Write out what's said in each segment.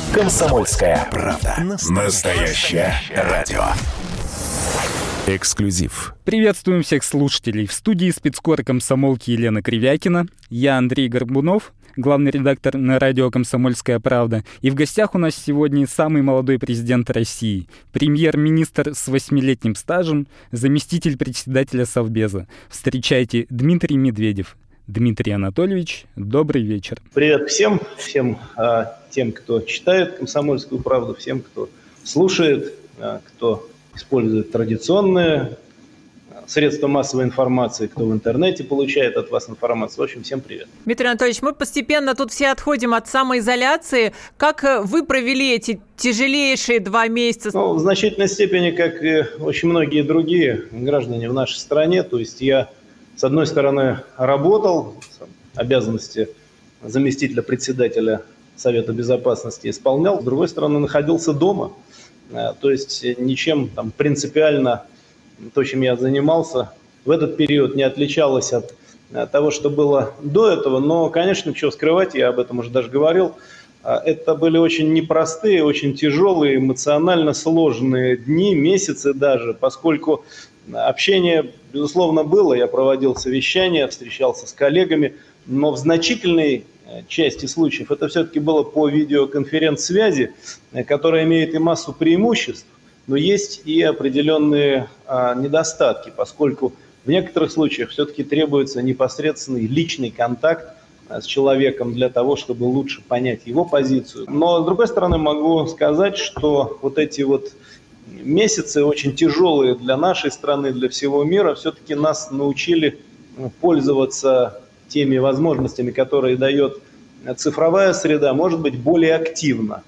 Комсомольская правда. Настоящее радио. Эксклюзив. Приветствуем всех слушателей. В студии спецкор комсомолки Елена Кривякина. Я Андрей Горбунов, главный редактор на радио «Комсомольская правда». И в гостях у нас сегодня самый молодой президент России, премьер-министр с 8-летним стажем, заместитель председателя Совбеза. Встречайте, Дмитрий Медведев. Дмитрий Анатольевич, добрый вечер. Привет всем тем, кто читает «Комсомольскую правду», всем, кто слушает, кто использует традиционные средства массовой информации, кто в интернете получает от вас информацию. В общем, всем привет. Дмитрий Анатольевич, мы постепенно тут все отходим от самоизоляции. Как вы провели эти тяжелейшие 2 месяца? В значительной степени, как и очень многие другие граждане в нашей стране. То есть я, с одной стороны, работал, обязанности заместителя председателя Совета Безопасности исполнял, с другой стороны, находился дома. То есть ничем там принципиально то, чем я занимался, в этот период не отличалось от того, что было до этого. Но, конечно, чего скрывать, я об этом уже даже говорил, это были очень непростые, очень тяжелые, эмоционально сложные дни, месяцы даже, поскольку общение, безусловно, было. Я проводил совещания, встречался с коллегами, но в значительной части случаев это все-таки было по видеоконференц-связи, которая имеет и массу преимуществ, но есть и определенные недостатки, поскольку в некоторых случаях все-таки требуется непосредственный личный контакт с человеком для того, чтобы лучше понять его позицию. Но, с другой стороны, могу сказать, что вот эти вот месяцы очень тяжелые для нашей страны, для всего мира, все-таки нас научили пользоваться теми возможностями, которые дает цифровая среда, может быть, более активно.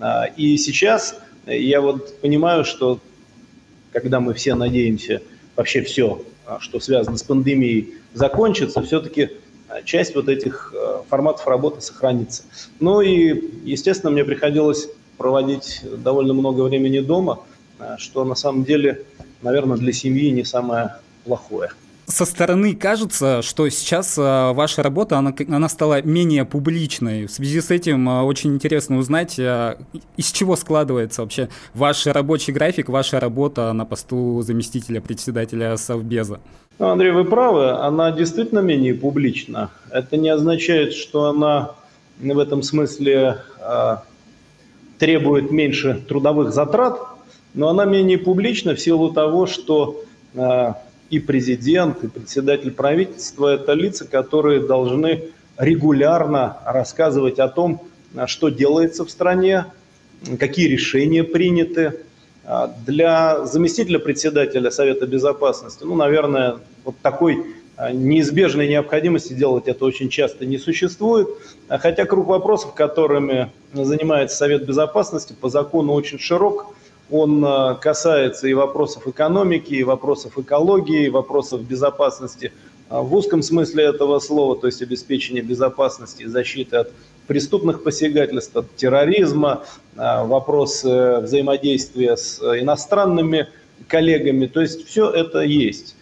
И сейчас я вот понимаю, что когда мы все надеемся, вообще все, что связано с пандемией, закончится, все-таки часть вот этих форматов работы сохранится. Ну и, естественно, мне приходилось проводить довольно много времени дома, что на самом деле, наверное, для семьи не самое плохое. Со стороны кажется, что сейчас ваша работа, она стала менее публичной. В связи с этим очень интересно узнать, из чего складывается вообще ваш рабочий график, ваша работа на посту заместителя председателя Совбеза. Андрей, вы правы, она действительно менее публична. Это не означает, что она в этом смысле требует меньше трудовых затрат, но она менее публична в силу того, что и президент, и председатель правительства – это лица, которые должны регулярно рассказывать о том, что делается в стране, какие решения приняты. Для заместителя председателя Совета Безопасности, наверное, вот такой неизбежной необходимости делать это очень часто не существует. Хотя круг вопросов, которыми занимается Совет Безопасности, по закону очень широк. Он касается и вопросов экономики, и вопросов экологии, и вопросов безопасности в узком смысле этого слова, то есть обеспечения безопасности и защиты от преступных посягательств, от терроризма, вопросы взаимодействия с иностранными коллегами, то есть все это есть.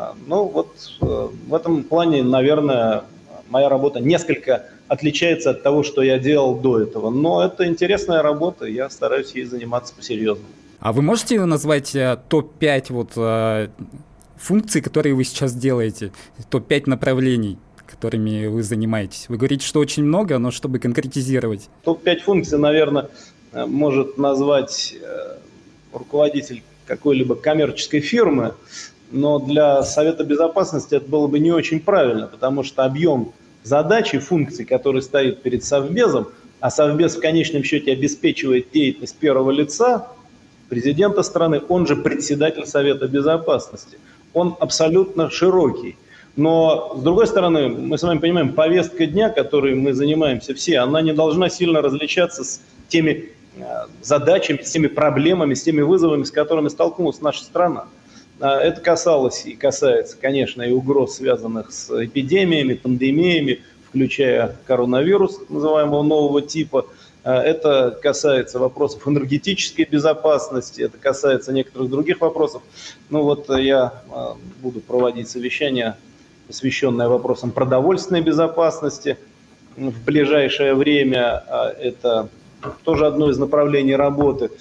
В этом плане, наверное, моя работа несколько отличается от того, что я делал до этого. Но это интересная работа, я стараюсь ей заниматься по-серьезному. А вы можете назвать топ-5 функций, которые вы сейчас делаете, топ-5 направлений, которыми вы занимаетесь? Вы говорите, что очень много, но чтобы конкретизировать. Топ-5 функций, наверное, может назвать руководитель какой-либо коммерческой фирмы, но для Совета Безопасности это было бы не очень правильно, потому что объем задач и функций, которые стоит перед Совбезом, а Совбез в конечном счете обеспечивает деятельность первого лица, президента страны, он же председатель Совета Безопасности. Он абсолютно широкий. Но, с другой стороны, мы с вами понимаем, повестка дня, которой мы занимаемся все, она не должна сильно различаться с теми задачами, с теми проблемами, с теми вызовами, с которыми столкнулась наша страна. Это касалось и касается, конечно, и угроз, связанных с эпидемиями, пандемиями, включая коронавирус, так называемого нового типа. Это касается вопросов энергетической безопасности, это касается некоторых других вопросов. Я буду проводить совещание, посвященное вопросам продовольственной безопасности. В ближайшее время это тоже одно из направлений работы.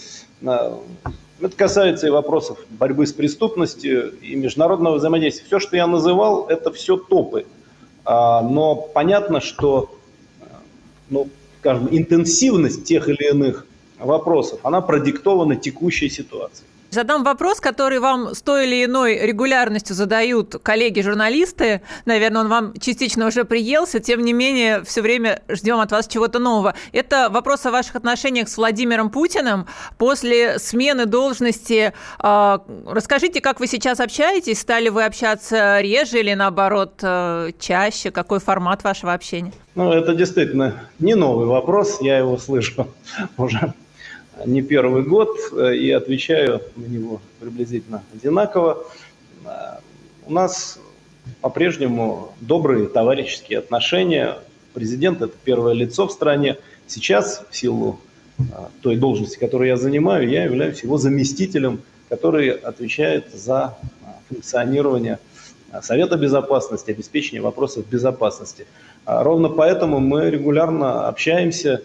Это касается и вопросов борьбы с преступностью и международного взаимодействия. Все, что я называл, это все топы. Но понятно, что скажем, интенсивность тех или иных вопросов, она продиктована текущей ситуацией. Задам вопрос, который вам с той или иной регулярностью задают коллеги-журналисты. Наверное, он вам частично уже приелся. Тем не менее, все время ждем от вас чего-то нового. Это вопрос о ваших отношениях с Владимиром Путиным после смены должности. Расскажите, как вы сейчас общаетесь? Стали вы общаться реже или, наоборот, чаще? Какой формат вашего общения? Это действительно не новый вопрос. Я его слышу уже не первый год, и отвечаю на него приблизительно одинаково. У нас по-прежнему добрые товарищеские отношения. Президент – это первое лицо в стране. Сейчас, в силу той должности, которую я занимаю, я являюсь его заместителем, который отвечает за функционирование Совета Безопасности, обеспечение вопросов безопасности. Ровно поэтому мы регулярно общаемся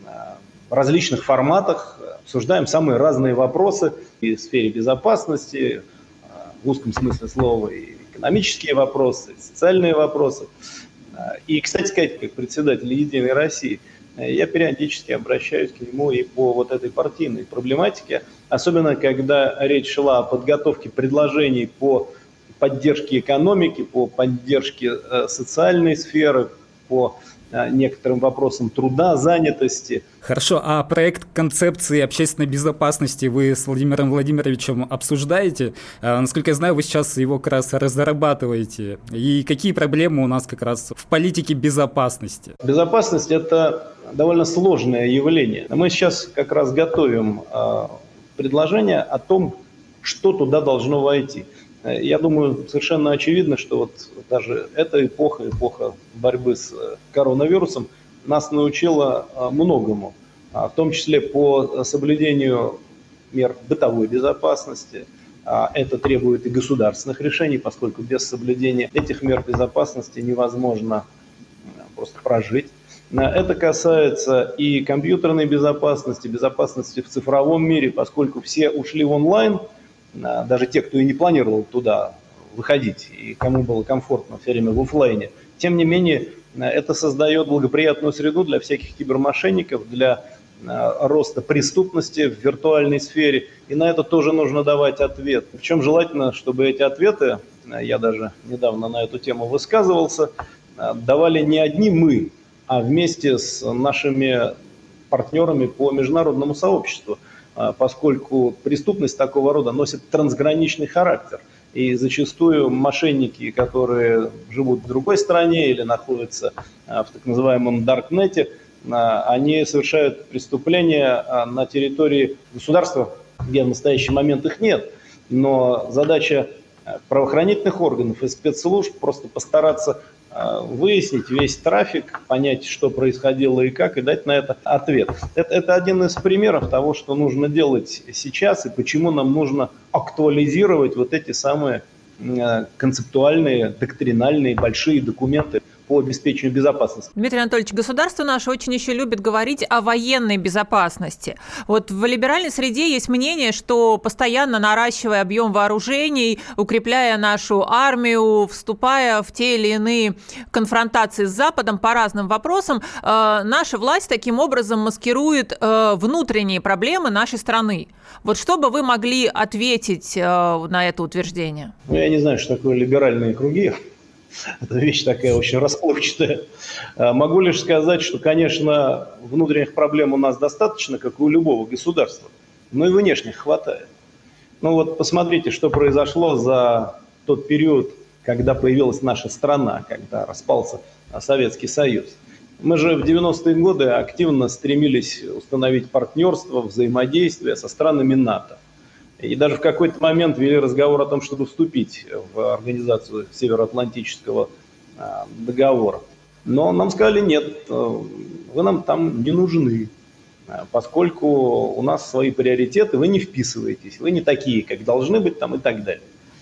в различных форматах, обсуждаем самые разные вопросы и в сфере безопасности, в узком смысле слова, и экономические вопросы, и социальные вопросы. И, кстати сказать, как председатель «Единой России», я периодически обращаюсь к нему и по вот этой партийной проблематике, особенно когда речь шла о подготовке предложений по поддержке экономики, по поддержке социальной сферы, по некоторым вопросам труда, занятости. Хорошо, а проект концепции общественной безопасности вы с Владимиром Владимировичем обсуждаете? Насколько я знаю, вы сейчас его как раз разрабатываете. И какие проблемы у нас как раз в политике безопасности? Безопасность – это довольно сложное явление. Мы сейчас как раз готовим предложение о том, что туда должно войти. Я думаю, совершенно очевидно, что вот даже эта эпоха борьбы с коронавирусом нас научила многому, в том числе по соблюдению мер бытовой безопасности. Это требует и государственных решений, поскольку без соблюдения этих мер безопасности невозможно просто прожить. Это касается и компьютерной безопасности, безопасности в цифровом мире, поскольку все ушли в онлайн, даже те, кто и не планировал туда выходить, и кому было комфортно все время в офлайне. Тем не менее, это создает благоприятную среду для всяких кибермошенников, для роста преступности в виртуальной сфере, и на это тоже нужно давать ответ. Причем желательно, чтобы эти ответы, я даже недавно на эту тему высказывался, давали не одни мы, а вместе с нашими партнерами по международному сообществу, поскольку преступность такого рода носит трансграничный характер. И зачастую мошенники, которые живут в другой стране или находятся в так называемом даркнете, они совершают преступления на территории государства, где в настоящий момент их нет. Но задача правоохранительных органов и спецслужб просто постараться выяснить весь трафик, понять, что происходило и как, и дать на это ответ. Это один из примеров того, что нужно делать сейчас и почему нам нужно актуализировать вот эти самые концептуальные, доктринальные большие документы по обеспечению безопасности. Дмитрий Анатольевич, государство наше очень еще любит говорить о военной безопасности. Вот в либеральной среде есть мнение, что постоянно наращивая объем вооружений, укрепляя нашу армию, вступая в те или иные конфронтации с Западом по разным вопросам, наша власть таким образом маскирует внутренние проблемы нашей страны. Вот что бы вы могли ответить на это утверждение? Я не знаю, что такое либеральные круги. Это вещь такая очень расплывчатая. Могу лишь сказать, что, конечно, внутренних проблем у нас достаточно, как и у любого государства, но и внешних хватает. Вот посмотрите, что произошло за тот период, когда появилась наша страна, когда распался Советский Союз. Мы же в 90-е годы активно стремились установить партнерство, взаимодействие со странами НАТО. И даже в какой-то момент вели разговор о том, чтобы вступить в организацию Североатлантического договора. Но нам сказали, нет, вы нам там не нужны, поскольку у нас свои приоритеты, вы не вписываетесь, вы не такие, как должны быть там и так далее.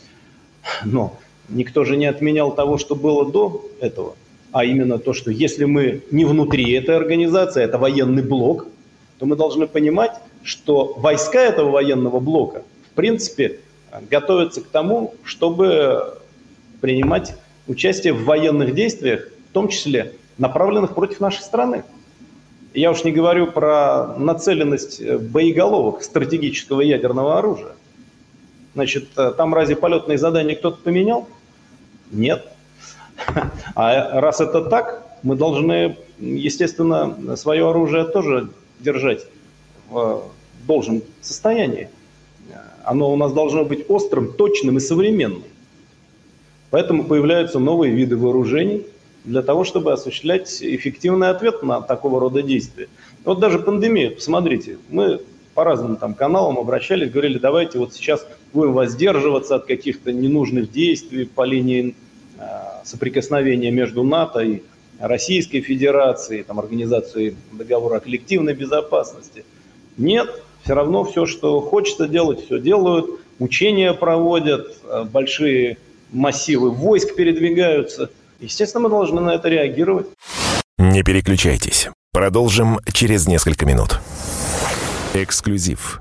Но никто же не отменял того, что было до этого, а именно то, что если мы не внутри этой организации, это военный блок, то мы должны понимать, что войска этого военного блока, в принципе, готовятся к тому, чтобы принимать участие в военных действиях, в том числе направленных против нашей страны. Я уж не говорю про нацеленность боеголовок стратегического ядерного оружия. Значит, там разве полетные задания кто-то поменял? Нет. А раз это так, мы должны, естественно, свое оружие тоже держать в должном состоянии. Оно у нас должно быть острым, точным и современным. Поэтому появляются новые виды вооружений для того, чтобы осуществлять эффективный ответ на такого рода действия. Вот даже пандемия, посмотрите, мы по разным там каналам обращались, говорили, давайте вот сейчас будем воздерживаться от каких-то ненужных действий по линии соприкосновения между НАТО и Российской Федерацией, там, Организацией договора о коллективной безопасности. Нет, все равно все, что хочется делать, все делают, учения проводят, большие массивы войск передвигаются. Естественно, мы должны на это реагировать. Не переключайтесь. Продолжим через несколько минут. Эксклюзив.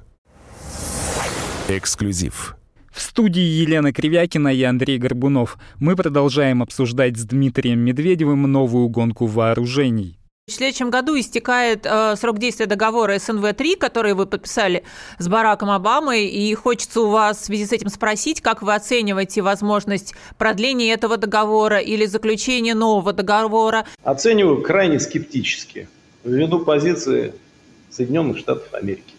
В студии Елена Кривякина и Андрей Горбунов. Мы продолжаем обсуждать с Дмитрием Медведевым новую гонку вооружений. В следующем году истекает срок действия договора СНВ-3, который вы подписали с Бараком Обамой, и хочется у вас в связи с этим спросить, как вы оцениваете возможность продления этого договора или заключения нового договора? Оцениваю крайне скептически, ввиду позиции Соединенных Штатов Америки.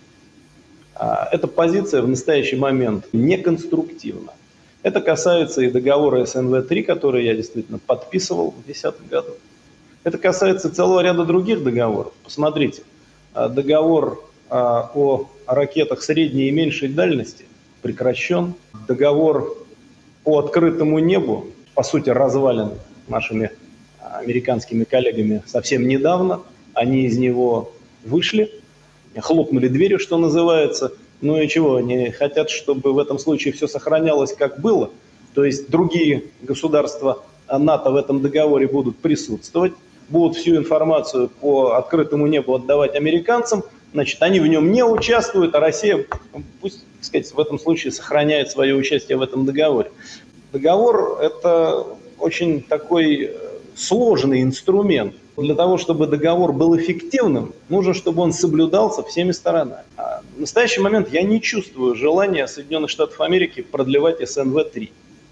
Эта позиция в настоящий момент неконструктивна. Это касается и договора СНВ-3, который я действительно подписывал в 2010 году. Это касается целого ряда других договоров. Посмотрите, договор о ракетах средней и меньшей дальности прекращен. Договор по открытому небу, по сути, развален нашими американскими коллегами совсем недавно. Они из него вышли, хлопнули дверью, что называется. Ну и чего, они хотят, чтобы в этом случае все сохранялось как было. То есть другие государства НАТО в этом договоре будут присутствовать, будут всю информацию по открытому небу отдавать американцам, значит, они в нем не участвуют, а Россия, пусть, так сказать, в этом случае сохраняет свое участие в этом договоре. Договор – это очень такой сложный инструмент. Для того, чтобы договор был эффективным, нужно, чтобы он соблюдался всеми сторонами. А в настоящий момент я не чувствую желания Соединенных Штатов Америки продлевать СНВ-3.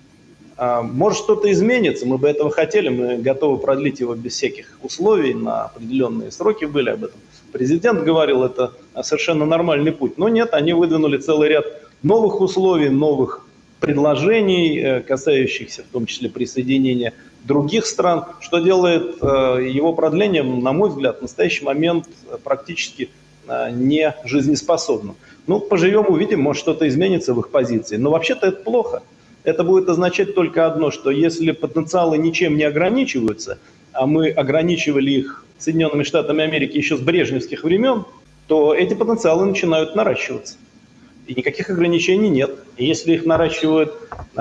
Может, что-то изменится, мы бы этого хотели, мы готовы продлить его без всяких условий, на определенные сроки были об этом. Президент говорил, это совершенно нормальный путь. Но нет, они выдвинули целый ряд новых условий, новых предложений, касающихся в том числе присоединения других стран, что делает его продлением, на мой взгляд, в настоящий момент практически не жизнеспособным. Ну, поживем, увидим, может, что-то изменится в их позиции. Но вообще-то это плохо. Это будет означать только одно, что если потенциалы ничем не ограничиваются, а мы ограничивали их Соединенными Штатами Америки еще с брежневских времен, то эти потенциалы начинают наращиваться. И никаких ограничений нет. И если их наращивают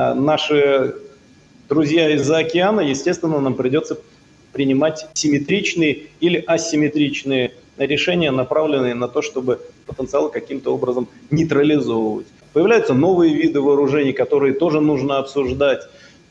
наши друзья из-за океана, естественно, нам придется принимать симметричные или асимметричные решения, направленные на то, чтобы потенциалы каким-то образом нейтрализовывать. Появляются новые виды вооружений, которые тоже нужно обсуждать,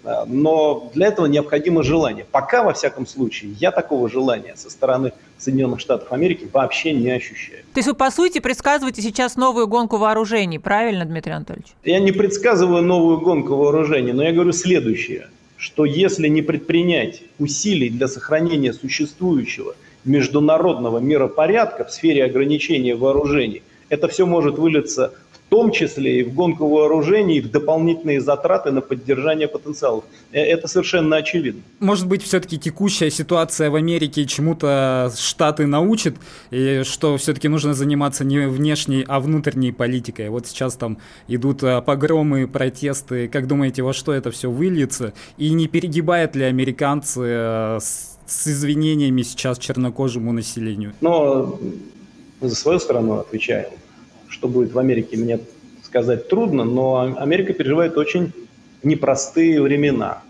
но для этого необходимо желание. Пока, во всяком случае, я такого желания со стороны Соединенных Штатов Америки вообще не ощущаю. То есть вы, по сути, предсказываете сейчас новую гонку вооружений, правильно, Дмитрий Анатольевич? Я не предсказываю новую гонку вооружений, но я говорю следующее, что если не предпринять усилий для сохранения существующего международного миропорядка в сфере ограничения вооружений, это все может вылиться в том числе и в гонку вооружений, и в дополнительные затраты на поддержание потенциалов. Это совершенно очевидно. Может быть, все-таки текущая ситуация в Америке чему-то Штаты научит, и что все-таки нужно заниматься не внешней, а внутренней политикой. Вот сейчас там идут погромы, протесты. Как думаете, во что это все выльется? И не перегибают ли американцы с извинениями сейчас чернокожему населению? Но мы за свою страну отвечаем. Что будет в Америке, мне сказать трудно, но Америка переживает очень непростые времена.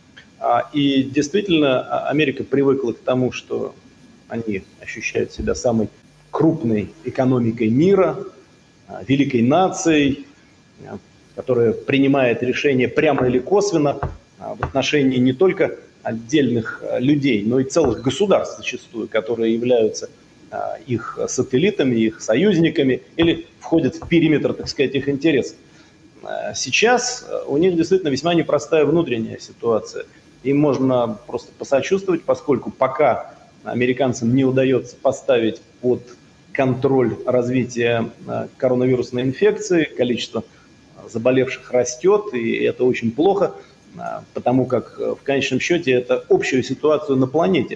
И действительно, Америка привыкла к тому, что они ощущают себя самой крупной экономикой мира, великой нацией, которая принимает решения прямо или косвенно в отношении не только отдельных людей, но и целых государств зачастую, которые являются их сателлитами, их союзниками или входят в периметр, так сказать, их интересов. Сейчас у них действительно весьма непростая внутренняя ситуация. Им можно просто посочувствовать, поскольку пока американцам не удается поставить под контроль развития коронавирусной инфекции, количество заболевших растет, и это очень плохо, потому как в конечном счете это общую ситуацию на планете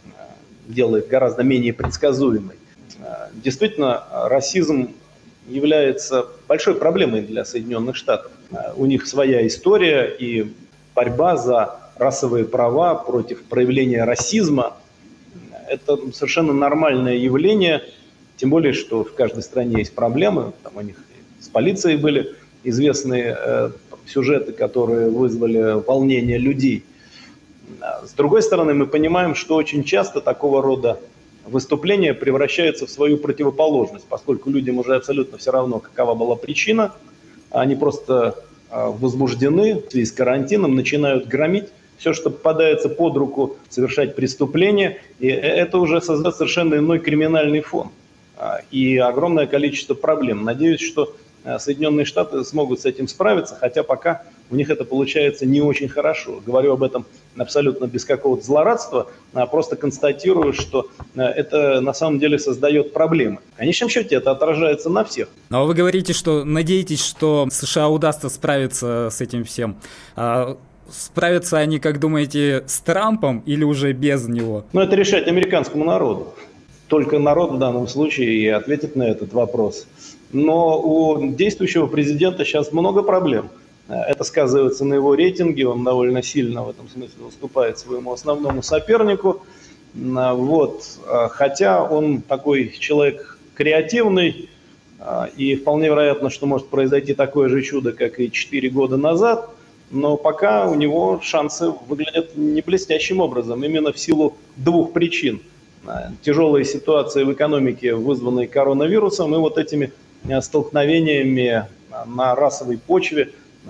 делает гораздо менее предсказуемой. Действительно, расизм является большой проблемой для Соединенных Штатов. У них своя история, и борьба за расовые права против проявления расизма – это совершенно нормальное явление, тем более, что в каждой стране есть проблемы. Там у них с полицией были известные сюжеты, которые вызвали волнение людей. С другой стороны, мы понимаем, что очень часто такого рода выступления превращаются в свою противоположность, поскольку людям уже абсолютно все равно, какова была причина, они просто возбуждены в связи с карантином, начинают громить все, что попадается под руку, совершать преступления, и это уже создает совершенно иной криминальный фон и огромное количество проблем. Надеюсь, что Соединенные Штаты смогут с этим справиться, хотя пока у них это получается не очень хорошо. Говорю об этом абсолютно без какого-то злорадства, а просто констатирую, что это на самом деле создает проблемы. В конечном счете это отражается на всех. Но вы говорите, что надеетесь, что США удастся справиться с этим всем. Справятся они, как думаете, с Трампом или уже без него? Это решать американскому народу. Только народ в данном случае и ответит на этот вопрос. Но у действующего президента сейчас много проблем. Это сказывается на его рейтинге, он довольно сильно в этом смысле уступает своему основному сопернику. Хотя он такой человек креативный, и вполне вероятно, что может произойти такое же чудо, как и 4 года назад, но пока у него шансы выглядят не блестящим образом, именно в силу 2 причин. Тяжелая ситуация в экономике, вызванная коронавирусом, и этими столкновениями на расовой почве,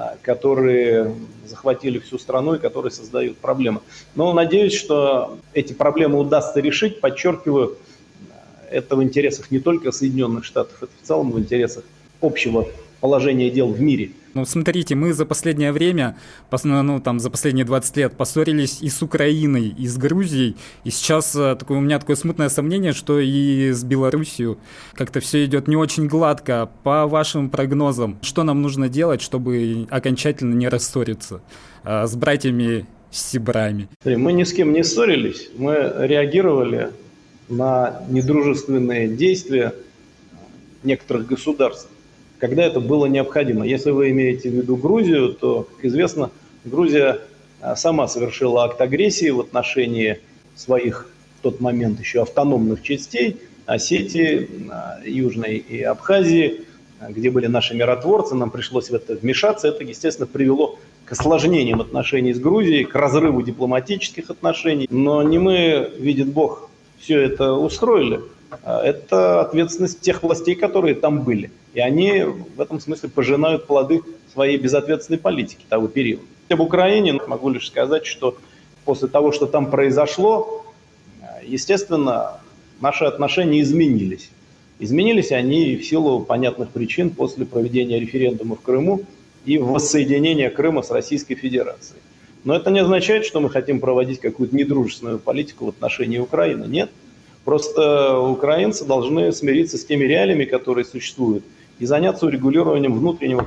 которые захватили всю страну и которые создают проблемы. Но надеюсь, что эти проблемы удастся решить. Подчеркиваю, это в интересах не только Соединенных Штатов, это в целом в интересах общего положения дел в мире. Смотрите, мы за последнее время, за последние 20 лет поссорились и с Украиной, и с Грузией, и сейчас у меня такое смутное сомнение, что и с Белоруссией как-то все идет не очень гладко. По вашим прогнозам, что нам нужно делать, чтобы окончательно не рассориться с братьями-сибрами? Мы ни с кем не ссорились, мы реагировали на недружественные действия некоторых государств, когда это было необходимо. Если вы имеете в виду Грузию, то, как известно, Грузия сама совершила акт агрессии в отношении своих в тот момент еще автономных частей, Осетии, Южной и Абхазии, где были наши миротворцы, нам пришлось в это вмешаться. Это, естественно, привело к осложнениям отношений с Грузией, к разрыву дипломатических отношений. Но не мы, видит Бог, все это устроили. Это ответственность тех властей, которые там были. И они в этом смысле пожинают плоды своей безответственной политики того периода. Об Украине могу лишь сказать, что после того, что там произошло, естественно, наши отношения изменились. Изменились они в силу понятных причин после проведения референдума в Крыму и воссоединения Крыма с Российской Федерацией. Но это не означает, что мы хотим проводить какую-то недружественную политику в отношении Украины. Нет. Просто украинцы должны смириться с теми реалиями, которые существуют, и заняться урегулированием внутреннего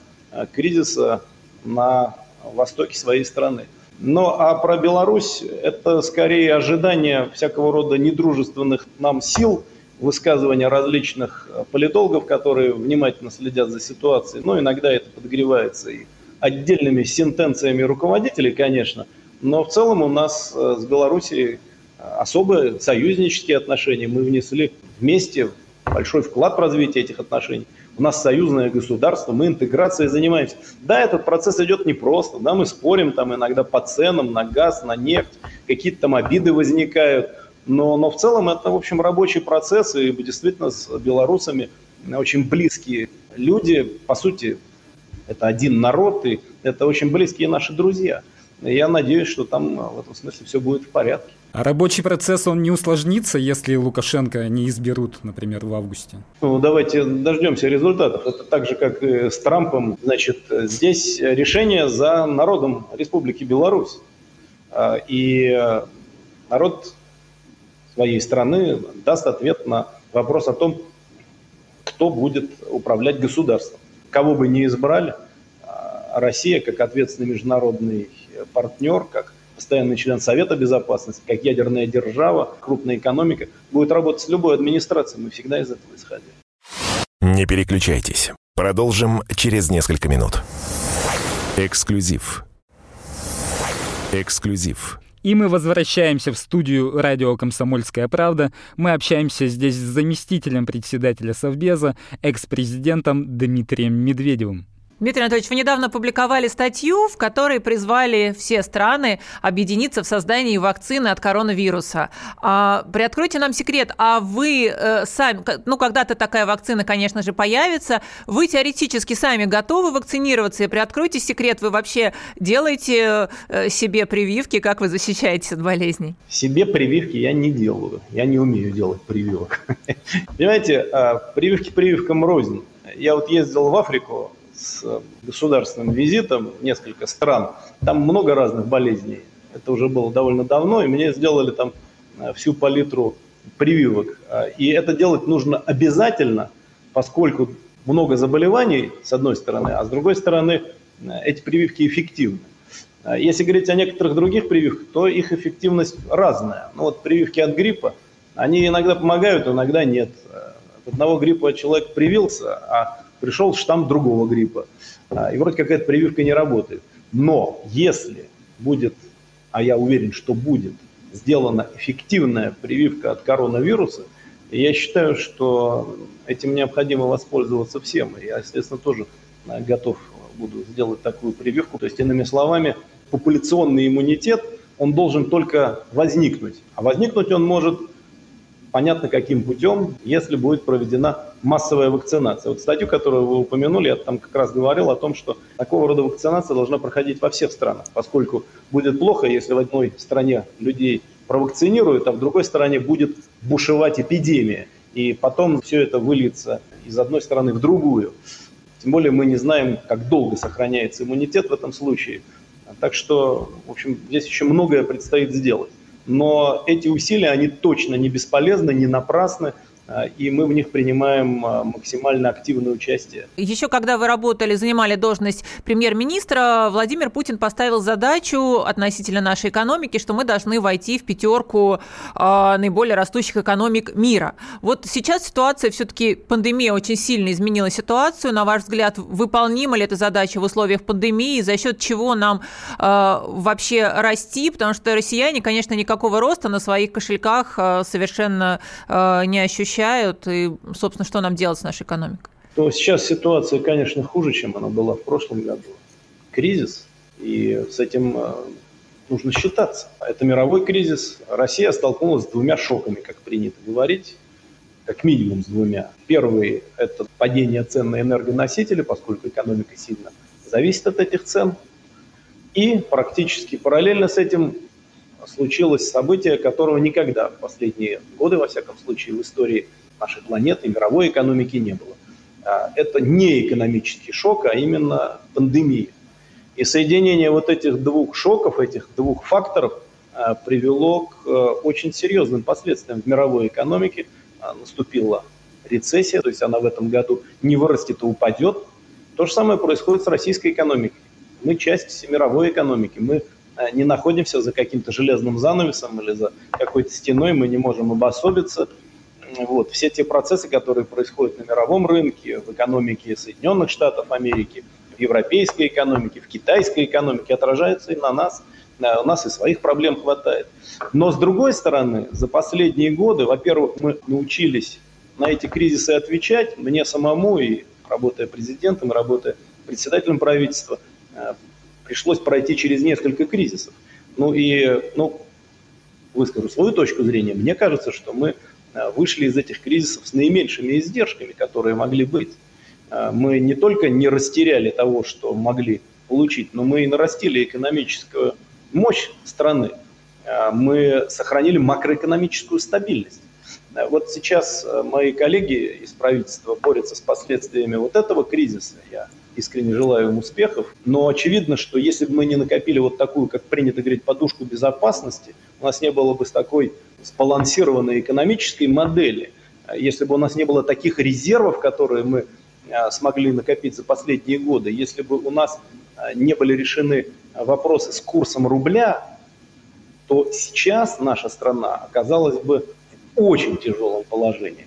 кризиса на востоке своей страны. А про Беларусь это скорее ожидание всякого рода недружественных нам сил, высказывания различных политологов, которые внимательно следят за ситуацией. Иногда это подогревается и отдельными сентенциями руководителей, конечно, но в целом у нас с Белоруссией особые союзнические отношения. Мы внесли вместе большой вклад в развитие этих отношений. У нас союзное государство, мы интеграцией занимаемся. Да, этот процесс идет непросто, да, мы спорим иногда по ценам на газ, на нефть, какие-то там обиды возникают. Но в целом это, в общем, рабочий процесс, и действительно с белорусами очень близкие люди. По сути, это один народ, и это очень близкие наши друзья. И я надеюсь, что там в этом смысле все будет в порядке. А рабочий процесс, он не усложнится, если Лукашенко не изберут, например, в августе? Ну, давайте дождемся результатов. Это так же, как и с Трампом. Значит, здесь решение за народом Республики Беларусь. И народ своей страны даст ответ на вопрос о том, кто будет управлять государством. Кого бы ни избрали, Россия, как ответственный международный партнер, как постоянный член Совета Безопасности, как ядерная держава, крупная экономика, будет работать с любой администрацией. Мы всегда из этого исходили. Не переключайтесь. Продолжим через несколько минут. Эксклюзив. И мы возвращаемся в студию радио «Комсомольская правда». Мы общаемся здесь с заместителем председателя Совбеза, экс-президентом Дмитрием Медведевым. Дмитрий Анатольевич, вы недавно опубликовали статью, в которой призвали все страны объединиться в создании вакцины от коронавируса. Приоткройте нам секрет, а вы сами, когда-то такая вакцина, конечно же, появится, вы теоретически сами готовы вакцинироваться? И приоткройте секрет, вы вообще делаете себе прививки, как вы защищаетесь от болезней? Себе прививки я не делаю, я не умею делать прививок. Понимаете, прививки прививкам рознь. Я вот ездил в Африку с государственным визитом в несколько стран. Там много разных болезней. Это уже было довольно давно, и мне сделали там всю палитру прививок. И это делать нужно обязательно, поскольку много заболеваний, с одной стороны, а с другой стороны, эти прививки эффективны. Если говорить о некоторых других прививках, то их эффективность разная. Вот прививки от гриппа, они иногда помогают, иногда нет. От одного гриппа человек привился, а пришел штамм другого гриппа, и вроде как эта прививка не работает. Но если будет, а я уверен, что будет, сделана эффективная прививка от коронавируса, я считаю, что этим необходимо воспользоваться всем. И я, естественно, тоже готов буду сделать такую прививку. То есть, иными словами, популяционный иммунитет, он должен только возникнуть. А возникнуть он может понятно каким путем, если будет проведена массовая вакцинация. Вот статью, которую вы упомянули, я там как раз говорил о том, что такого рода вакцинация должна проходить во всех странах, поскольку будет плохо, если в одной стране людей провакцинируют, а в другой стране будет бушевать эпидемия. И потом все это выльется из одной страны в другую. Тем более мы не знаем, как долго сохраняется иммунитет в этом случае. Так что, в общем, здесь еще многое предстоит сделать. Но эти усилия, они точно не бесполезны, не напрасны, и мы в них принимаем максимально активное участие. Еще когда вы работали, занимали должность премьер-министра, Владимир Путин поставил задачу относительно нашей экономики, что мы должны войти в пятерку наиболее растущих экономик мира. Вот сейчас ситуация, все-таки пандемия очень сильно изменила ситуацию. На ваш взгляд, выполнима ли эта задача в условиях пандемии? За счет чего нам вообще расти? Потому что россияне, конечно, никакого роста на своих кошельках совершенно не ощущают. И, собственно, что нам делать с нашей экономикой? То сейчас ситуация, конечно, хуже, чем она была в прошлом году. Кризис, и с этим нужно считаться. Это мировой кризис. Россия столкнулась с двумя шоками, как принято говорить, как минимум с двумя. Первый – это падение цен на энергоносители, поскольку экономика сильно зависит от этих цен. И практически параллельно с этим случилось событие, которого никогда в последние годы, во всяком случае, в истории нашей планеты, мировой экономики не было. Это не экономический шок, а именно пандемия. И соединение вот этих двух шоков, этих двух факторов привело к очень серьезным последствиям в мировой экономике. Наступила рецессия, то есть она в этом году не вырастет, а упадет. То же самое происходит с российской экономикой. Мы часть мировой экономики, мы не находимся за каким-то железным занавесом или за какой-то стеной, мы не можем обособиться. Вот. Все те процессы, которые происходят на мировом рынке, в экономике Соединенных Штатов Америки, в европейской экономике, в китайской экономике, отражаются и на нас. У нас и своих проблем хватает. Но с другой стороны, за последние годы, во-первых, мы научились на эти кризисы отвечать. Мне самому, и работая президентом, работая председателем правительства, в пришлось пройти через несколько кризисов. В выскажу свою точку зрения, мне кажется, что мы вышли из этих кризисов с наименьшими издержками, которые могли быть. Мы не только не растеряли того, что могли получить, но мы и нарастили экономическую мощь страны. Мы сохранили макроэкономическую стабильность. Вот сейчас мои коллеги из правительства борются с последствиями вот этого кризиса. Я искренне желаю им успехов. Но очевидно, что если бы мы не накопили вот такую, как принято говорить, подушку безопасности, у нас не было бы такой сбалансированной экономической модели. Если бы у нас не было таких резервов, которые мы смогли накопить за последние годы, если бы у нас не были решены вопросы с курсом рубля, то сейчас наша страна оказалась бы в очень тяжелом положении.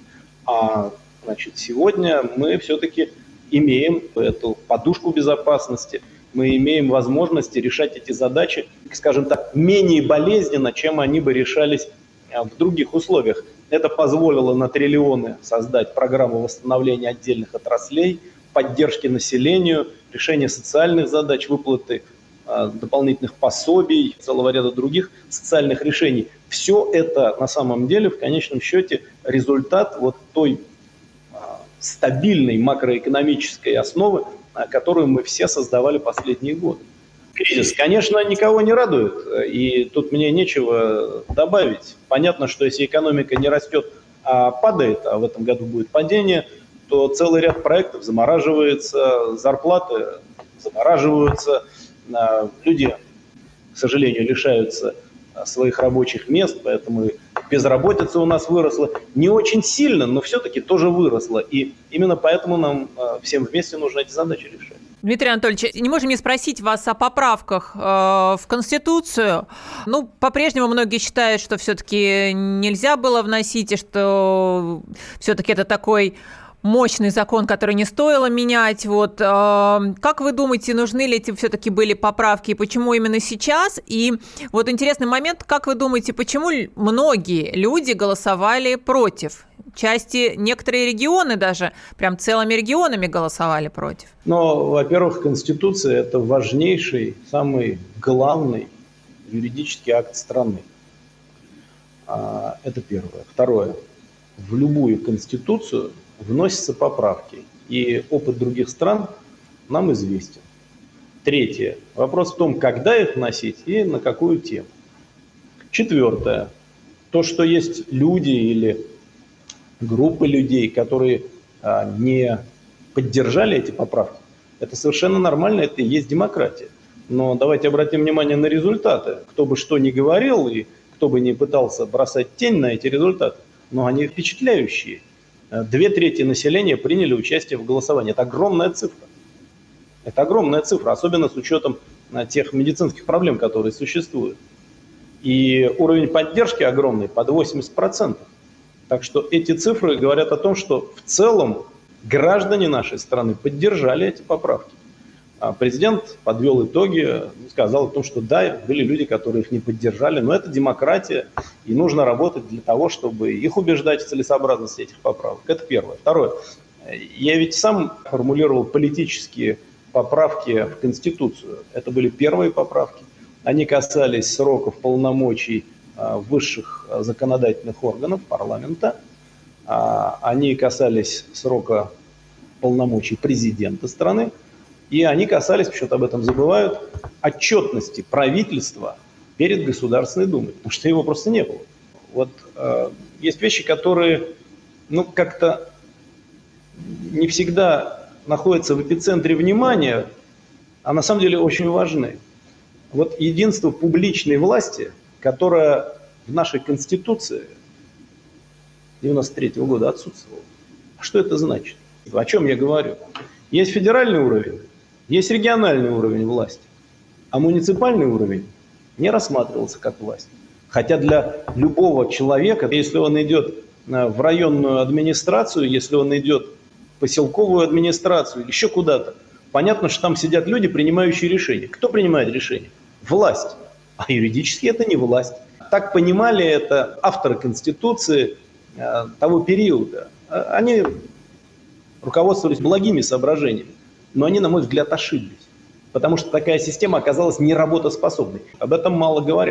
Сегодня мы все-таки имеем эту подушку безопасности, мы имеем возможности решать эти задачи, скажем так, менее болезненно, чем они бы решались в других условиях. Это позволило на триллионы создать программу восстановления отдельных отраслей, поддержки населению, решения социальных задач, выплаты дополнительных пособий, целого ряда других социальных решений. Все это на самом деле в конечном счете результат вот той стабильной макроэкономической основы, которую мы все создавали последние годы. Кризис, конечно, никого не радует, и тут мне нечего добавить. Понятно, что если экономика не растет, а падает, а в этом году будет падение, то целый ряд проектов замораживается, зарплаты замораживаются, люди, к сожалению, лишаются своих рабочих мест, поэтому безработица у нас выросла. Не очень сильно, но все-таки тоже выросла. И именно поэтому нам всем вместе нужно эти задачи решать. Дмитрий Анатольевич, не можем не спросить вас о поправках в Конституцию. По-прежнему многие считают, что все-таки нельзя было вносить, и что все-таки это такой мощный закон, который не стоило менять. Как вы думаете, нужны ли эти все-таки были поправки, и почему именно сейчас? И вот интересный момент, как вы думаете, почему многие люди голосовали против? Некоторые регионы даже, прям целыми регионами голосовали против. Во-первых, Конституция – это важнейший, самый главный юридический акт страны. Это первое. Второе. В любую Конституцию вносятся поправки, и опыт других стран нам известен. Третье. Вопрос в том, когда их вносить и на какую тему. Четвертое. То, что есть люди или группы людей, которые не поддержали эти поправки, это совершенно нормально, это и есть демократия. Но давайте обратим внимание на результаты. Кто бы что ни говорил и кто бы ни пытался бросать тень на эти результаты, но они впечатляющие. 2/3 населения приняли участие в голосовании. Это огромная цифра. Это огромная цифра, особенно с учетом тех медицинских проблем, которые существуют. И уровень поддержки огромный, под 80%. Так что эти цифры говорят о том, что в целом граждане нашей страны поддержали эти поправки. Президент подвел итоги, сказал о том, что да, были люди, которые их не поддержали, но это демократия, и нужно работать для того, чтобы их убеждать в целесообразности этих поправок. Это первое. Второе. Я ведь сам формулировал политические поправки в Конституцию. Это были первые поправки. Они касались сроков полномочий высших законодательных органов, парламента. Они касались срока полномочий президента страны. И они касались, почему-то об этом забывают, отчетности правительства перед Государственной Думой, потому что его просто не было. Есть вещи, которые как-то не всегда находятся в эпицентре внимания, а на самом деле очень важны. Единство публичной власти, которое в нашей Конституции 1993 года отсутствовало. А что это значит? О чем я говорю? Есть федеральный уровень, есть региональный уровень власти, а муниципальный уровень не рассматривался как власть. Хотя для любого человека, если он идет в районную администрацию, если он идет в поселковую администрацию или еще куда-то, понятно, что там сидят люди, принимающие решения. Кто принимает решения? Власть. А юридически это не власть. Так понимали это авторы Конституции того периода. Они руководствовались благими соображениями, но они, на мой взгляд, ошиблись. Потому что такая система оказалась неработоспособной. Об этом мало говорят.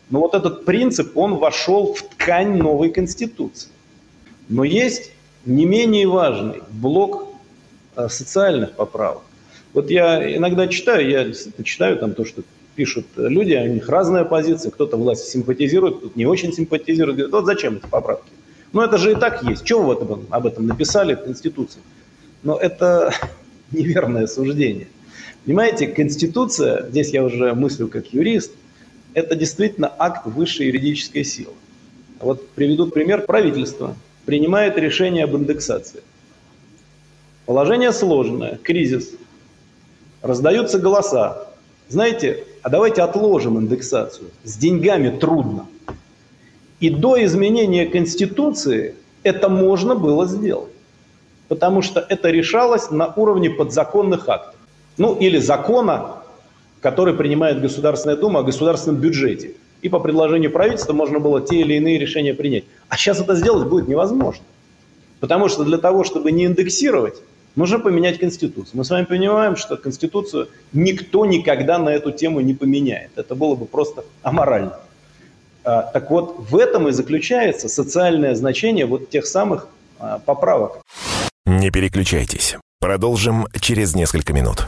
Но вот этот принцип, он вошел в ткань новой Конституции. Но есть не менее важный блок социальных поправок. Вот я иногда читаю там то, что пишут люди, у них разная позиция, кто-то власти симпатизирует, кто-то не очень симпатизирует. Говорят, вот зачем эти поправки? Ну это же и так есть. Чего вы об этом написали в Конституции? Но это неверное суждение. Понимаете, Конституция, здесь я уже мыслю как юрист, это действительно акт высшей юридической силы. Вот приведу пример. Правительство принимает решение об индексации. Положение сложное, кризис. Раздаются голоса. Знаете, а давайте отложим индексацию. С деньгами трудно. И до изменения Конституции это можно было сделать. Потому что это решалось на уровне подзаконных актов. Ну, или закона, который принимает Государственная Дума о государственном бюджете. И по предложению правительства можно было те или иные решения принять. А сейчас это сделать будет невозможно. Потому что для того, чтобы не индексировать, нужно поменять Конституцию. Мы с вами понимаем, что Конституцию никто никогда на эту тему не поменяет. Это было бы просто аморально. Так вот, в этом и заключается социальное значение вот тех самых поправок. Не переключайтесь. Продолжим через несколько минут.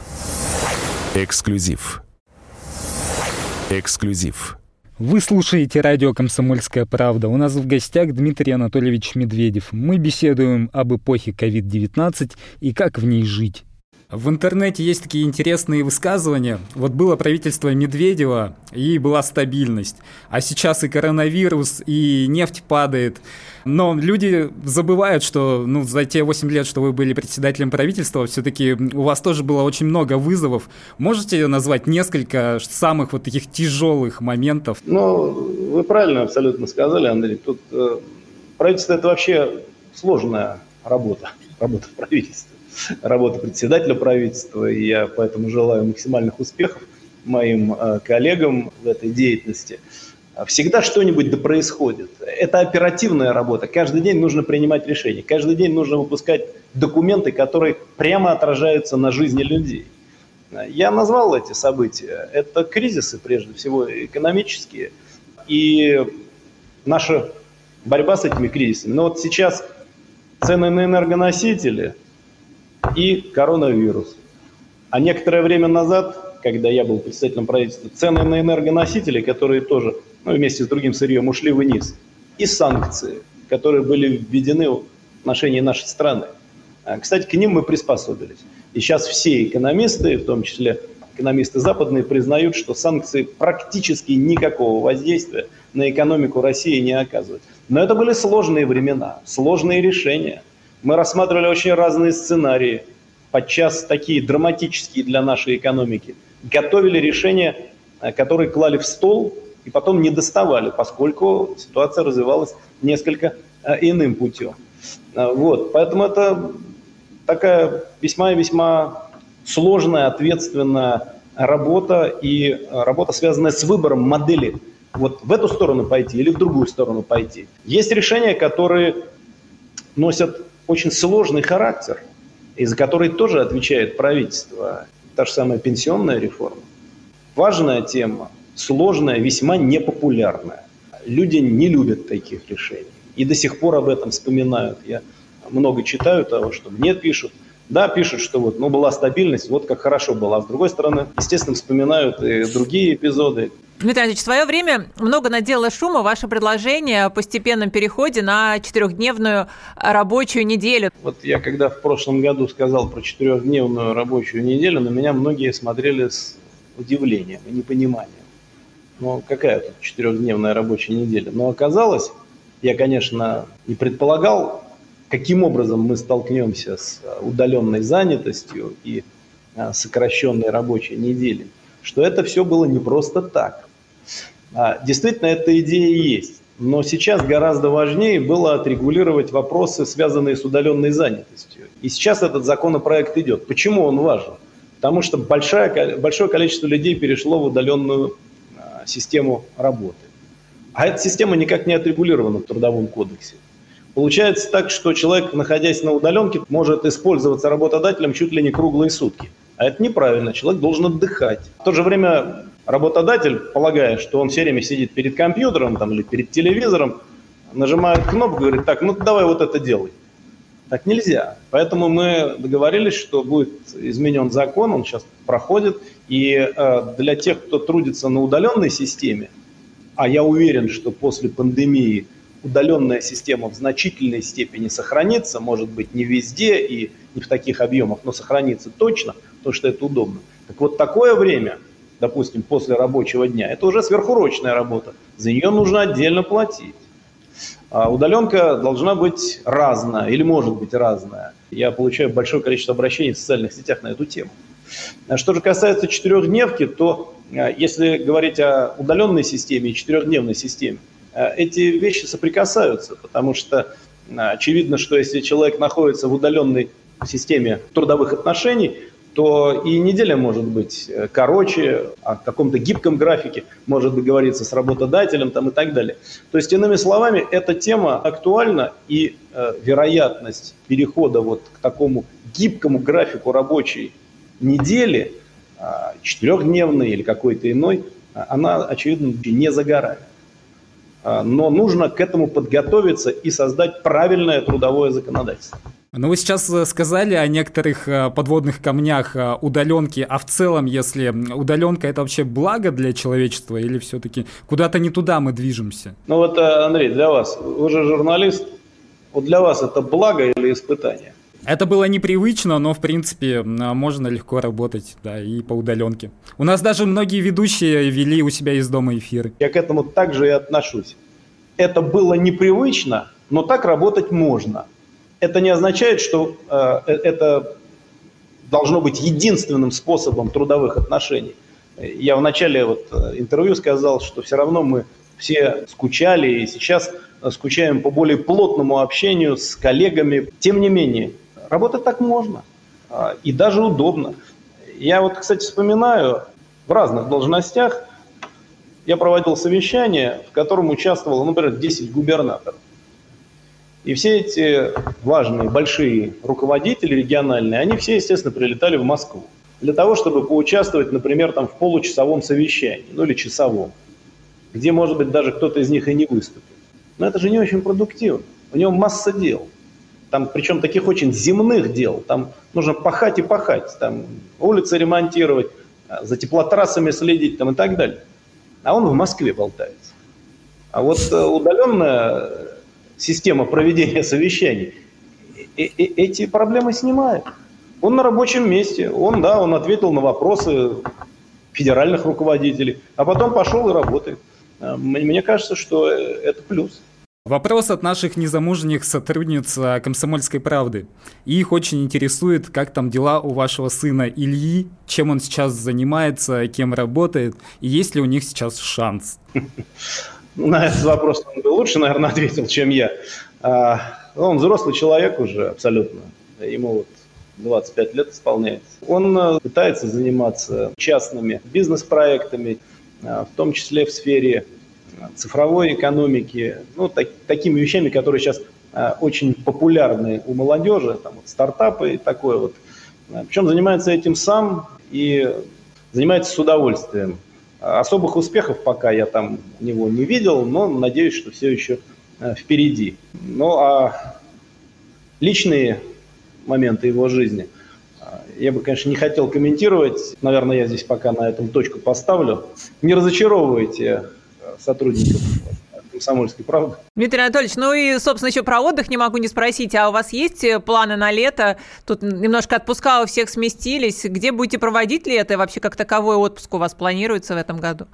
Эксклюзив. Эксклюзив. Вы слушаете радио «Комсомольская правда». У нас в гостях Дмитрий Анатольевич Медведев. Мы беседуем об эпохе COVID-19 и как в ней жить. В интернете есть такие интересные высказывания. Вот было правительство Медведева, и была стабильность. А сейчас и коронавирус, и нефть падает. Но люди забывают, что за те 8 лет, что вы были председателем правительства, все-таки у вас тоже было очень много вызовов. Можете назвать несколько самых вот таких тяжелых моментов? Вы правильно абсолютно сказали, Андрей. Тут правительство – это вообще сложная работа в правительстве. Работа председателя правительства, и я поэтому желаю максимальных успехов моим коллегам в этой деятельности. Всегда что-нибудь да происходит. Это оперативная работа. Каждый день нужно принимать решения. Каждый день нужно выпускать документы, которые прямо отражаются на жизни людей. Я назвал эти события. Это кризисы, прежде всего, экономические. И наша борьба с этими кризисами. Но вот сейчас цены на энергоносители и коронавирус. А некоторое время назад, когда я был председателем правительства, цены на энергоносители, которые тоже вместе с другим сырьем ушли вниз, и санкции, которые были введены в отношении нашей страны. Кстати, к ним мы приспособились. И сейчас все экономисты, в том числе экономисты западные, признают, что санкции практически никакого воздействия на экономику России не оказывают. Но это были сложные времена, сложные решения. Мы рассматривали очень разные сценарии, подчас такие драматические для нашей экономики. Готовили решения, которые клали в стол и потом не доставали, поскольку ситуация развивалась несколько иным путем. Поэтому это такая весьма сложная, ответственная работа и работа, связанная с выбором модели. Вот в эту сторону пойти или в другую сторону пойти. Есть решения, которые носят очень сложный характер, и за который тоже отвечает правительство. Та же самая пенсионная реформа. Важная тема, сложная, весьма непопулярная. Люди не любят таких решений. И до сих пор об этом вспоминают. Я много читаю того, что мне пишут. Да, пишут, что была стабильность, вот как хорошо было. А с другой стороны, естественно, вспоминают и другие эпизоды. Дмитрий Анатольевич, в свое время много наделало шума ваше предложение о постепенном переходе на 4-дневную рабочую неделю. Вот я когда в прошлом году сказал про 4-дневную рабочую неделю, на меня многие смотрели с удивлением и непониманием. Какая тут 4-дневная рабочая неделя? Но оказалось, я, конечно, не предполагал, каким образом мы столкнемся с удаленной занятостью и сокращенной рабочей неделей, что это все было не просто так. Действительно, эта идея есть. Но сейчас гораздо важнее было отрегулировать вопросы, связанные с удаленной занятостью. И сейчас этот законопроект идет. Почему он важен? Потому что большое количество людей перешло в удаленную систему работы. А эта система никак не отрегулирована в Трудовом кодексе. Получается так, что человек, находясь на удаленке, может использоваться работодателем чуть ли не круглые сутки. А это неправильно. Человек должен отдыхать. В то же время Работодатель, полагая, что он все время сидит перед компьютером там, или перед телевизором, нажимает кнопку и говорит: так, ну давай вот это делай. Так нельзя. Поэтому мы договорились, что будет изменен закон, он сейчас проходит. И для тех, кто трудится на удаленной системе, а я уверен, что после пандемии удаленная система в значительной степени сохранится, может быть, не везде и не в таких объемах, но сохранится точно, потому что это удобно. Так вот, такое время, допустим, после рабочего дня, это уже сверхурочная работа, за нее нужно отдельно платить. А удаленка должна быть разная или может быть разная. Я получаю большое количество обращений в социальных сетях на эту тему. Что же касается четырехдневки, то если говорить о удаленной системе и четырехдневной системе, эти вещи соприкасаются, потому что очевидно, что если человек находится в удаленной системе трудовых отношений, то и неделя может быть короче, о каком-то гибком графике может договориться с работодателем там, и так далее. То есть, иными словами, эта тема актуальна, и вероятность перехода вот к такому гибкому графику рабочей недели, четырехдневной или какой-то иной, она, очевидно, не за горами. Но нужно к этому подготовиться и создать правильное трудовое законодательство. Ну, вы сейчас сказали о некоторых подводных камнях удаленки, а в целом, если удаленка — это вообще благо для человечества или все-таки куда-то не туда мы движемся? Ну вот, Андрей, для вас, вы же журналист, вот для вас это благо или испытание? Это было непривычно, но, в принципе, можно легко работать, да, и по удаленке. У нас даже многие ведущие вели у себя из дома эфиры. Я к этому также и отношусь. Это было непривычно, но так работать можно. Это не означает, что это должно быть единственным способом трудовых отношений. Я в начале интервью сказал, что все равно мы все скучали и сейчас скучаем по более плотному общению с коллегами. Тем не менее, работать так можно и даже удобно. Я кстати, вспоминаю, в разных должностях я проводил совещание, в котором участвовало, например, 10 губернаторов. И все эти важные, большие руководители региональные, они все, естественно, прилетали в Москву для того, чтобы поучаствовать, например, там, в получасовом совещании, ну или часовом, где, может быть, даже кто-то из них и не выступит. Но это же не очень продуктивно. У него масса дел. Там, причем таких очень земных дел. Там нужно пахать и пахать. Там улицы ремонтировать, за теплотрассами следить там, и так далее. А он в Москве болтается. А вот удаленная система проведения совещаний эти проблемы снимает. Он на рабочем месте, он ответил на вопросы федеральных руководителей, а потом пошел и работает. Мне кажется, что это плюс. Вопрос от наших незамужних сотрудниц «Комсомольской правды». Их очень интересует, как там дела у вашего сына Ильи, чем он сейчас занимается, кем работает, и есть ли у них сейчас шанс? На этот вопрос он бы лучше, наверное, ответил, чем я. Он взрослый человек уже абсолютно. Ему 25 лет исполняется. Он пытается заниматься частными бизнес-проектами, в том числе в сфере цифровой экономики, такими вещами, которые сейчас очень популярны у молодежи, там, стартапы и такое . Причем занимается этим сам и занимается с удовольствием. Особых успехов пока я там у него не видел, но надеюсь, что все еще впереди. Ну а личные моменты его жизни я бы, конечно, не хотел комментировать. Наверное, я здесь пока на этом точку поставлю. Не разочаровывайте сотрудников «Комсомольской правды». Дмитрий Анатольевич, и, собственно, еще про отдых не могу не спросить. А у вас есть планы на лето? Тут немножко отпуска у всех сместились. Где будете проводить лето? И вообще, как таковой отпуск у вас планируется в этом году?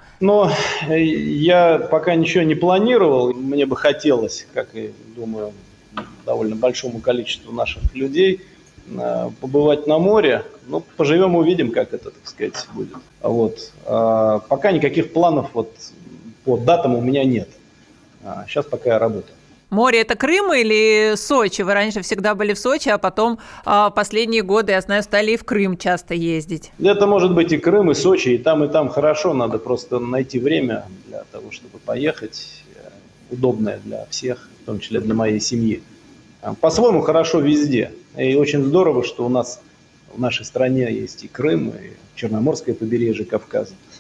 Я пока ничего не планировал. Мне бы хотелось, как и, думаю, довольно большому количеству наших людей, побывать на море. Поживем, увидим, как это, так сказать, будет. Пока никаких планов по датам у меня нет. Сейчас пока я работаю. Море – это Крым или Сочи? Вы раньше всегда были в Сочи, а потом последние годы, я знаю, стали и в Крым часто ездить. Это может быть и Крым, и Сочи, и там хорошо. Надо просто найти время для того, чтобы поехать. Удобное для всех, в том числе для моей семьи. По-своему хорошо везде. И очень здорово, что у нас в нашей стране есть и Крым, и Черноморское побережье Кавказа.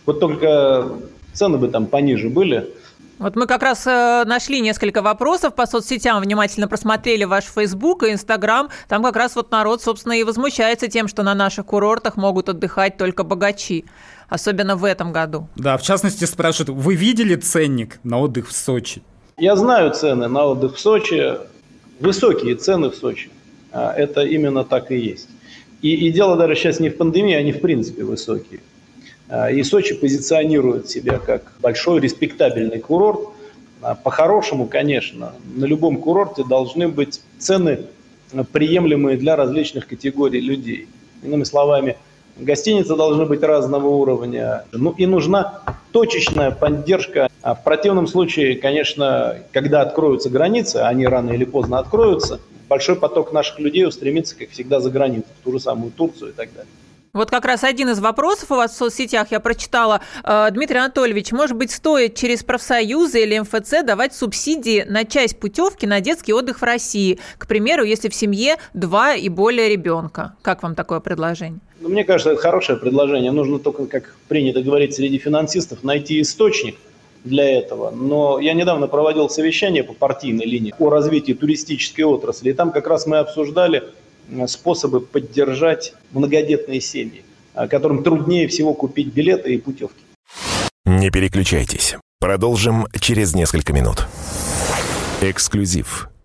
Вот только цены бы там пониже были. Вот мы как раз нашли несколько вопросов по соцсетям, внимательно просмотрели ваш Facebook и Instagram. Там как раз вот народ, собственно, и возмущается тем, что на наших курортах могут отдыхать только богачи. Особенно в этом году. Да, в частности спрашивают, вы видели ценник на отдых в Сочи? Я знаю цены на отдых в Сочи. Высокие цены в Сочи. Это именно так и есть. И дело даже сейчас не в пандемии, они в принципе высокие. И Сочи позиционирует себя как большой респектабельный курорт. По-хорошему, конечно, на любом курорте должны быть цены, приемлемые для различных категорий людей. Иными словами, гостиницы должны быть разного уровня. Ну и нужна точечная поддержка. А в противном случае, конечно, когда откроются границы, они рано или поздно откроются, большой поток наших людей устремится, как всегда, за границу, в ту же самую Турцию и так далее. Вот как раз один из вопросов у вас в соцсетях я прочитала. Дмитрий Анатольевич, может быть, стоит через профсоюзы или МФЦ давать субсидии на часть путевки на детский отдых в России? К примеру, если в семье 2 и более ребенка. Как вам такое предложение? Ну, мне кажется, это хорошее предложение. Нужно только, как принято говорить среди финансистов, найти источник для этого. Но я недавно проводил совещание по партийной линии о развитии туристической отрасли. И там как раз мы обсуждали способы поддержать многодетные семьи, которым труднее всего купить билеты и путевки. Не переключайтесь. Продолжим через несколько минут. Эксклюзив.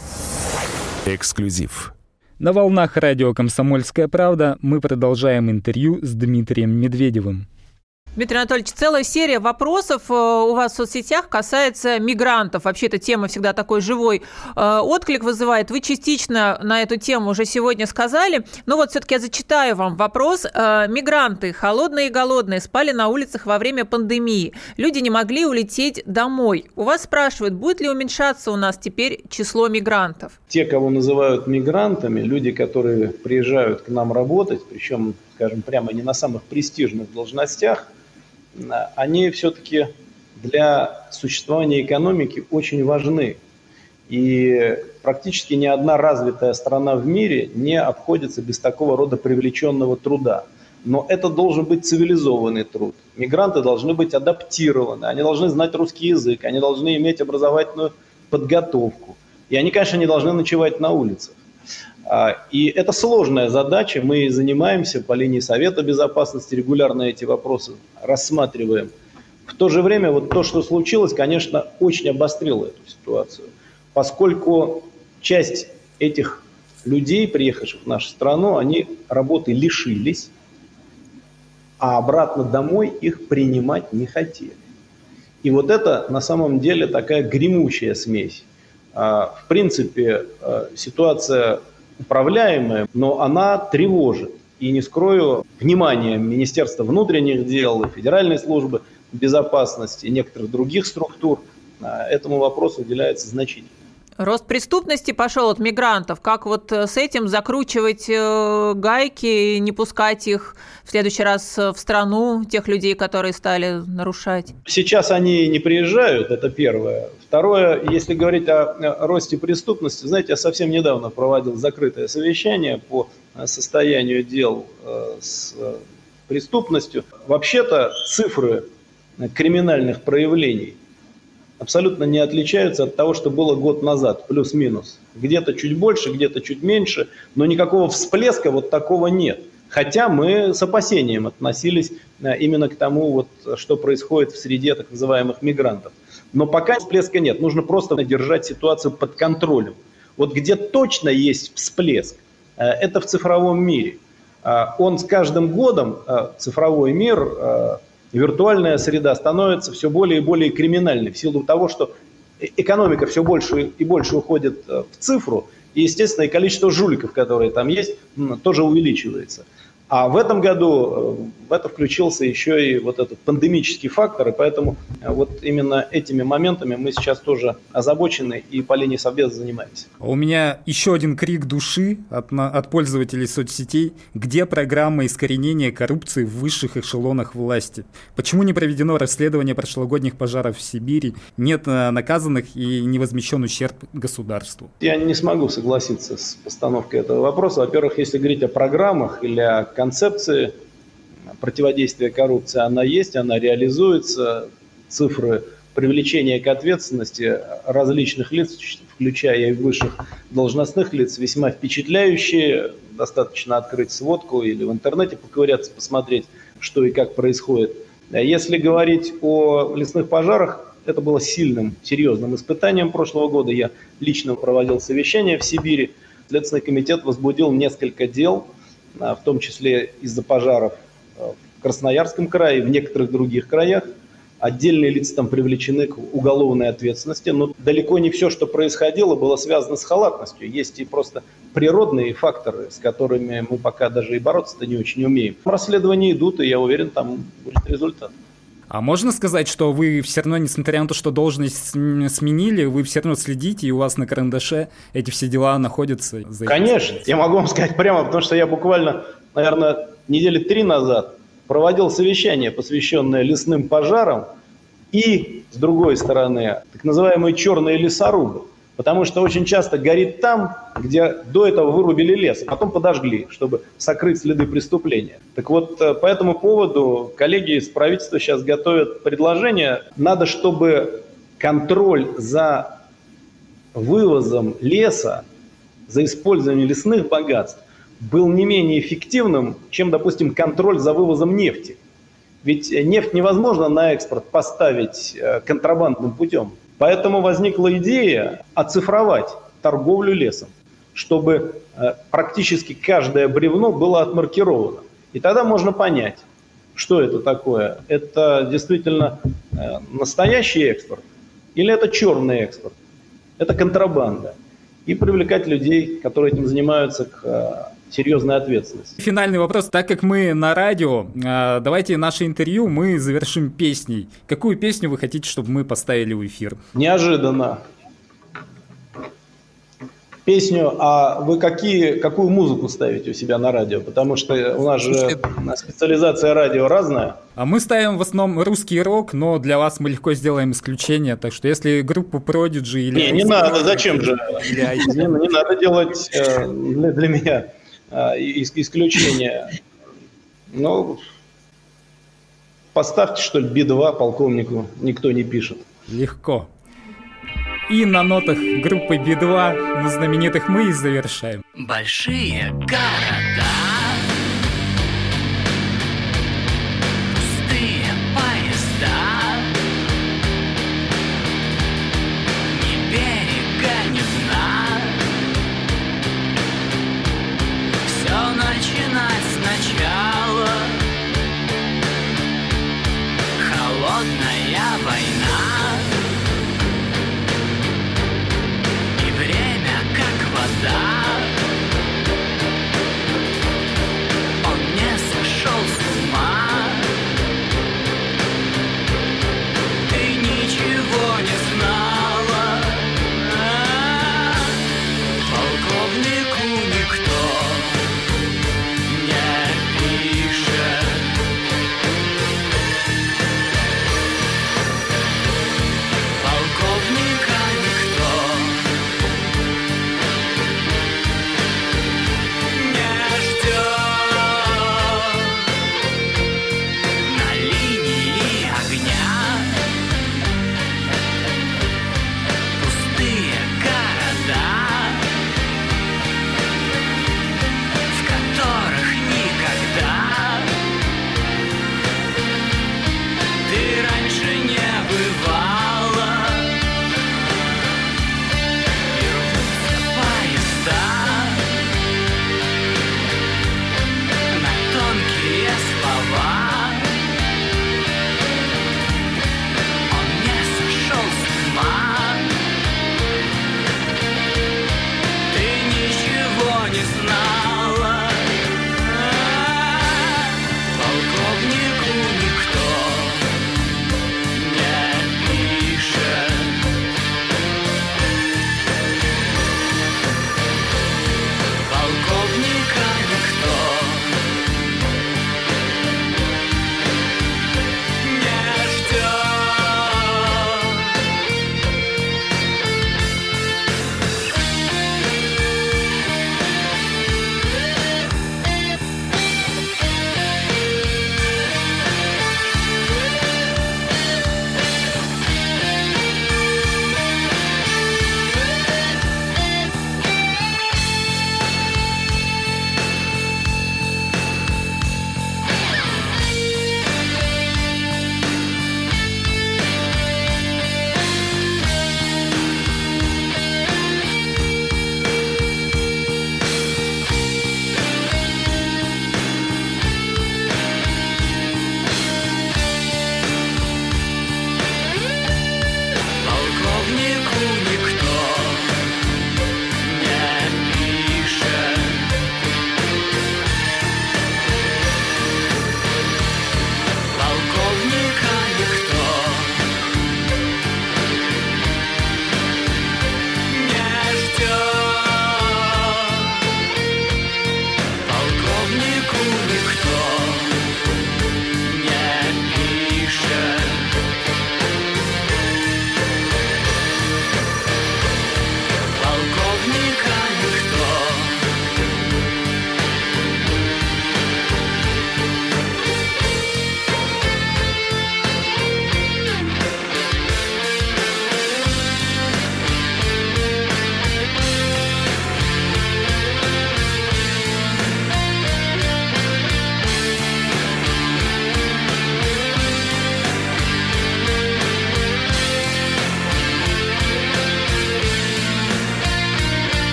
На волнах радио «Комсомольская правда» мы продолжаем интервью с Дмитрием Медведевым. Дмитрий Анатольевич, целая серия вопросов у вас в соцсетях касается мигрантов. Вообще эта тема всегда такой живой отклик вызывает. Вы частично на эту тему уже сегодня сказали. Но вот все-таки я зачитаю вам вопрос. Мигранты, холодные и голодные, спали на улицах во время пандемии. Люди не могли улететь домой. У вас спрашивают, будет ли уменьшаться у нас теперь число мигрантов? Те, кого называют мигрантами, люди, которые приезжают к нам работать, причем, скажем, прямо не на самых престижных должностях, они все-таки для существования экономики очень важны. И практически ни одна развитая страна в мире не обходится без такого рода привлеченного труда. Но это должен быть цивилизованный труд. Мигранты должны быть адаптированы, они должны знать русский язык, они должны иметь образовательную подготовку. И они, конечно, не должны ночевать на улицах. И это сложная задача, мы занимаемся по линии Совета Безопасности, регулярно эти вопросы рассматриваем. В то же время вот то, что случилось, конечно, очень обострило эту ситуацию, поскольку часть этих людей, приехавших в нашу страну, они работы лишились, а обратно домой их принимать не хотели. И вот это на самом деле такая гремучая смесь. В принципе, ситуация управляемая, но она тревожит. И не скрою, внимание Министерства внутренних дел, Федеральной службы безопасности и некоторых других структур этому вопросу уделяется значительно. Рост преступности пошел от мигрантов. Как вот с этим закручивать гайки, не пускать их в следующий раз в страну, тех людей, которые стали нарушать? Сейчас они не приезжают, это первое. Второе, если говорить о росте преступности, знаете, я совсем недавно проводил закрытое совещание по состоянию дел с преступностью. Вообще-то цифры криминальных проявлений абсолютно не отличаются от того, что было год назад, плюс-минус. Где-то чуть больше, где-то чуть меньше, но никакого всплеска вот такого нет. Хотя мы с опасением относились именно к тому, вот, что происходит в среде так называемых мигрантов. Но пока всплеска нет, нужно просто держать ситуацию под контролем. Вот где точно есть всплеск, это в цифровом мире. Он с каждым годом, цифровой мир, виртуальная среда становится все более и более криминальной в силу того, что экономика все больше и больше уходит в цифру, и, естественно, и количество жуликов, которые там есть, тоже увеличивается. А в этом году в это включился еще и вот этот пандемический фактор, и поэтому вот именно этими моментами мы сейчас тоже озабочены и по линии Совбеза занимаемся. У меня еще один крик души от пользователей соцсетей. Где программа искоренения коррупции в высших эшелонах власти? Почему не проведено расследование прошлогодних пожаров в Сибири? Нет наказанных и не возмещен ущерб государству? Я не смогу согласиться с постановкой этого вопроса. Во-первых, если говорить о программах или о концепции противодействия коррупции, она есть, она реализуется. Цифры привлечения к ответственности различных лиц, включая и высших должностных лиц, весьма впечатляющие. Достаточно открыть сводку или в интернете поковыряться, посмотреть, что и как происходит. Если говорить о лесных пожарах, это было сильным, серьезным испытанием прошлого года. Я лично проводил совещание в Сибири. Следственный комитет возбудил несколько дел, в том числе из-за пожаров в Красноярском крае и в некоторых других краях. Отдельные лица там привлечены к уголовной ответственности, но далеко не все, что происходило, было связано с халатностью. Есть и просто природные факторы, с которыми мы пока даже и бороться-то не очень умеем. Расследования идут, и я уверен, там будет результат. А можно сказать, что вы все равно, несмотря на то, что должность сменили, вы все равно следите, и у вас на карандаше эти все дела находятся? Конечно, я могу вам сказать прямо, потому что я буквально, наверное, недели 3 назад проводил совещание, посвященное лесным пожарам и, с другой стороны, так называемые черные лесорубы. Потому что очень часто горит там, где до этого вырубили лес, а потом подожгли, чтобы сокрыть следы преступления. Так вот, по этому поводу коллеги из правительства сейчас готовят предложение. Надо, чтобы контроль за вывозом леса, за использованием лесных богатств был не менее эффективным, чем, допустим, контроль за вывозом нефти. Ведь нефть невозможно на экспорт поставить контрабандным путем. Поэтому возникла идея оцифровать торговлю лесом, чтобы практически каждое бревно было отмаркировано. И тогда можно понять, что это такое. Это действительно настоящий экспорт или это черный экспорт? Это контрабанда. И привлекать людей, которые этим занимаются, к серьезной ответственности. Финальный вопрос. Так как мы на радио, давайте наше интервью мы завершим песней. Какую песню вы хотите, чтобы мы поставили в эфир? Неожиданно. Песню, а вы какую музыку ставите у себя на радио? Потому что у нас же специализация радио разная. А мы ставим в основном русский рок, но для вас мы легко сделаем исключение. Так что если группу Prodigy или... Не надо, зачем же? Не надо делать для меня исключение. Ну, поставьте, что ли, Би-2 полковнику, никто не пишет. Легко. И на нотах группы Би-2 на знаменитых мы и завершаем. Большие города, пустые поезда, ни берега, ни дна. Все начинать сначала. Холодная война. Время как вода. Он не сошел с ума. Ты ничего не знала. Полковнику никто не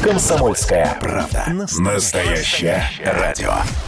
«Комсомольская правда». Настоящее радио.